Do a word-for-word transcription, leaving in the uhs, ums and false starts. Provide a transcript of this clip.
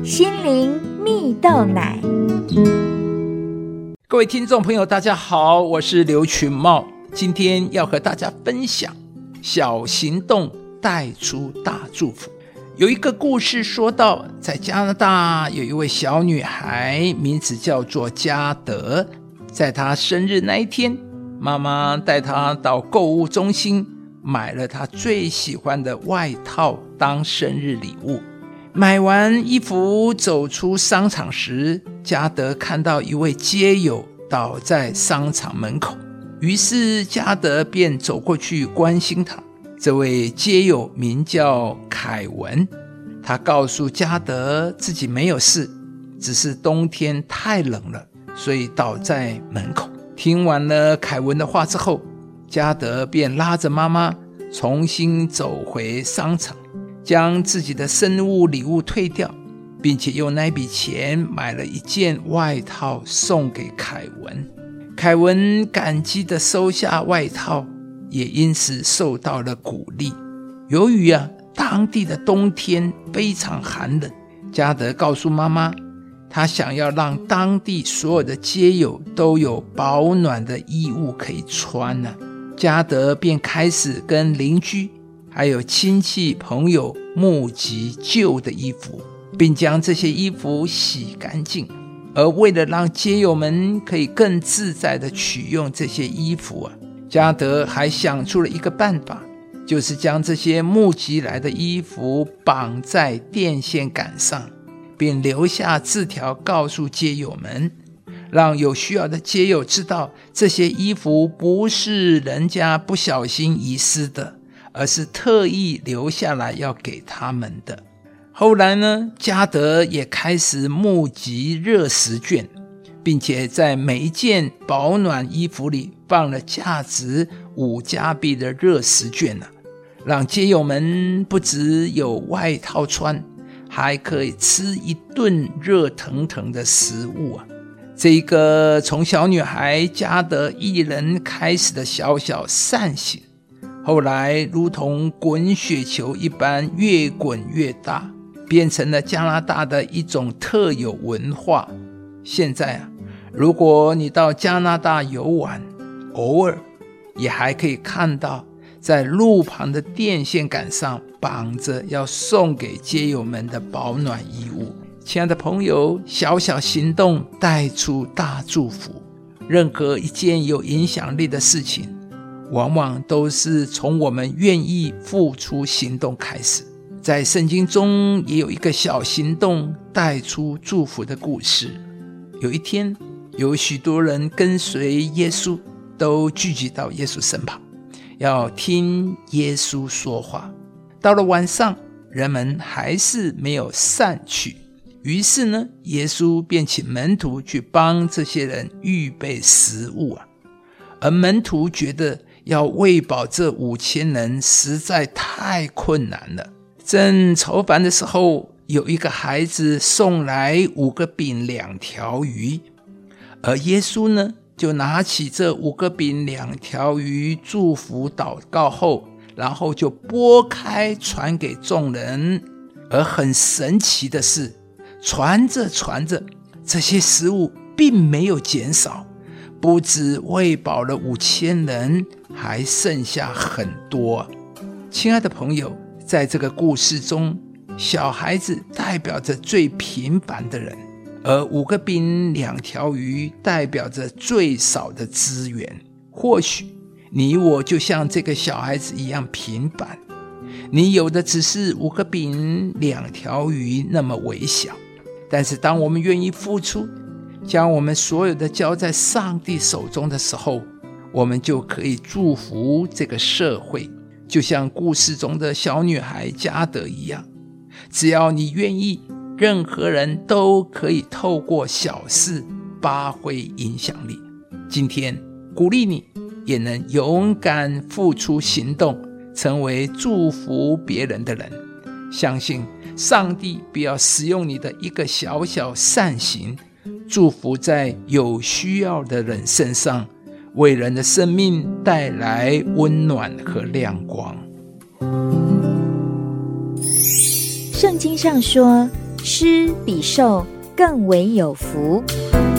心灵蜜豆奶。 各位听众朋友大家好，我是刘群茂，今天要和大家分享小行动带出大祝福。有一个故事说到，在加拿大有一位小女孩，名字叫做嘉德。在她生日那一天，妈妈带她到购物中心买了她最喜欢的外套当生日礼物。买完衣服走出商场时，嘉德看到一位街友倒在商场门口，于是嘉德便走过去关心他。这位街友名叫凯文，他告诉嘉德自己没有事，只是冬天太冷了，所以倒在门口。听完了凯文的话之后，嘉德便拉着妈妈重新走回商场，将自己的生日礼物退掉，并且用那笔钱买了一件外套送给凯文。凯文感激地收下外套，也因此受到了鼓励。由于啊，当地的冬天非常寒冷，嘉德告诉妈妈，他想要让当地所有的街友都有保暖的衣物可以穿啊。嘉德便开始跟邻居还有亲戚朋友募集旧的衣服，并将这些衣服洗干净。而为了让街友们可以更自在地取用这些衣服啊，嘉德还想出了一个办法，就是将这些募集来的衣服绑在电线杆上，并留下字条告诉街友们，让有需要的街友知道这些衣服不是人家不小心遗失的，而是特意留下来要给他们的。后来呢，嘉德也开始募集热食券，并且在每一件保暖衣服里放了价值五加币的热食券啊，让街友们不只有外套穿，还可以吃一顿热腾腾的食物啊。这个从小女孩嘉德一人开始的小小善行，后来如同滚雪球一般越滚越大，变成了加拿大的一种特有文化。现在啊，如果你到加拿大游玩，偶尔也还可以看到在路旁的电线杆上绑着要送给街友们的保暖衣物。亲爱的朋友，小小行动带出大祝福。任何一件有影响力的事情，往往都是从我们愿意付出行动开始。在圣经中也有一个小行动带出祝福的故事。有一天，有许多人跟随耶稣，都聚集到耶稣身旁，要听耶稣说话。到了晚上，人们还是没有散去，于是呢，耶稣便请门徒去帮这些人预备食物啊。而门徒觉得要喂饱这五千人实在太困难了。正愁烦的时候，有一个孩子送来五个饼两条鱼，而耶稣呢，就拿起这五个饼两条鱼，祝福祷告后，然后就拨开传给众人。而很神奇的是，传着传着，这些食物并没有减少，不只喂饱了五千人，还剩下很多。亲爱的朋友，在这个故事中，小孩子代表着最平凡的人，而五个饼两条鱼代表着最少的资源。或许你我就像这个小孩子一样平凡，你有的只是五个饼两条鱼那么微小，但是当我们愿意付出，将我们所有的交在上帝手中的时候，我们就可以祝福这个社会，就像故事中的小女孩嘉德一样。只要你愿意，任何人都可以透过小事发挥影响力。今天鼓励你也能勇敢付出行动，成为祝福别人的人。相信上帝必要使用你的一个小小善行，祝福在有需要的人身上，为人的生命带来温暖和亮光。 圣经上说， 施比受更为有福。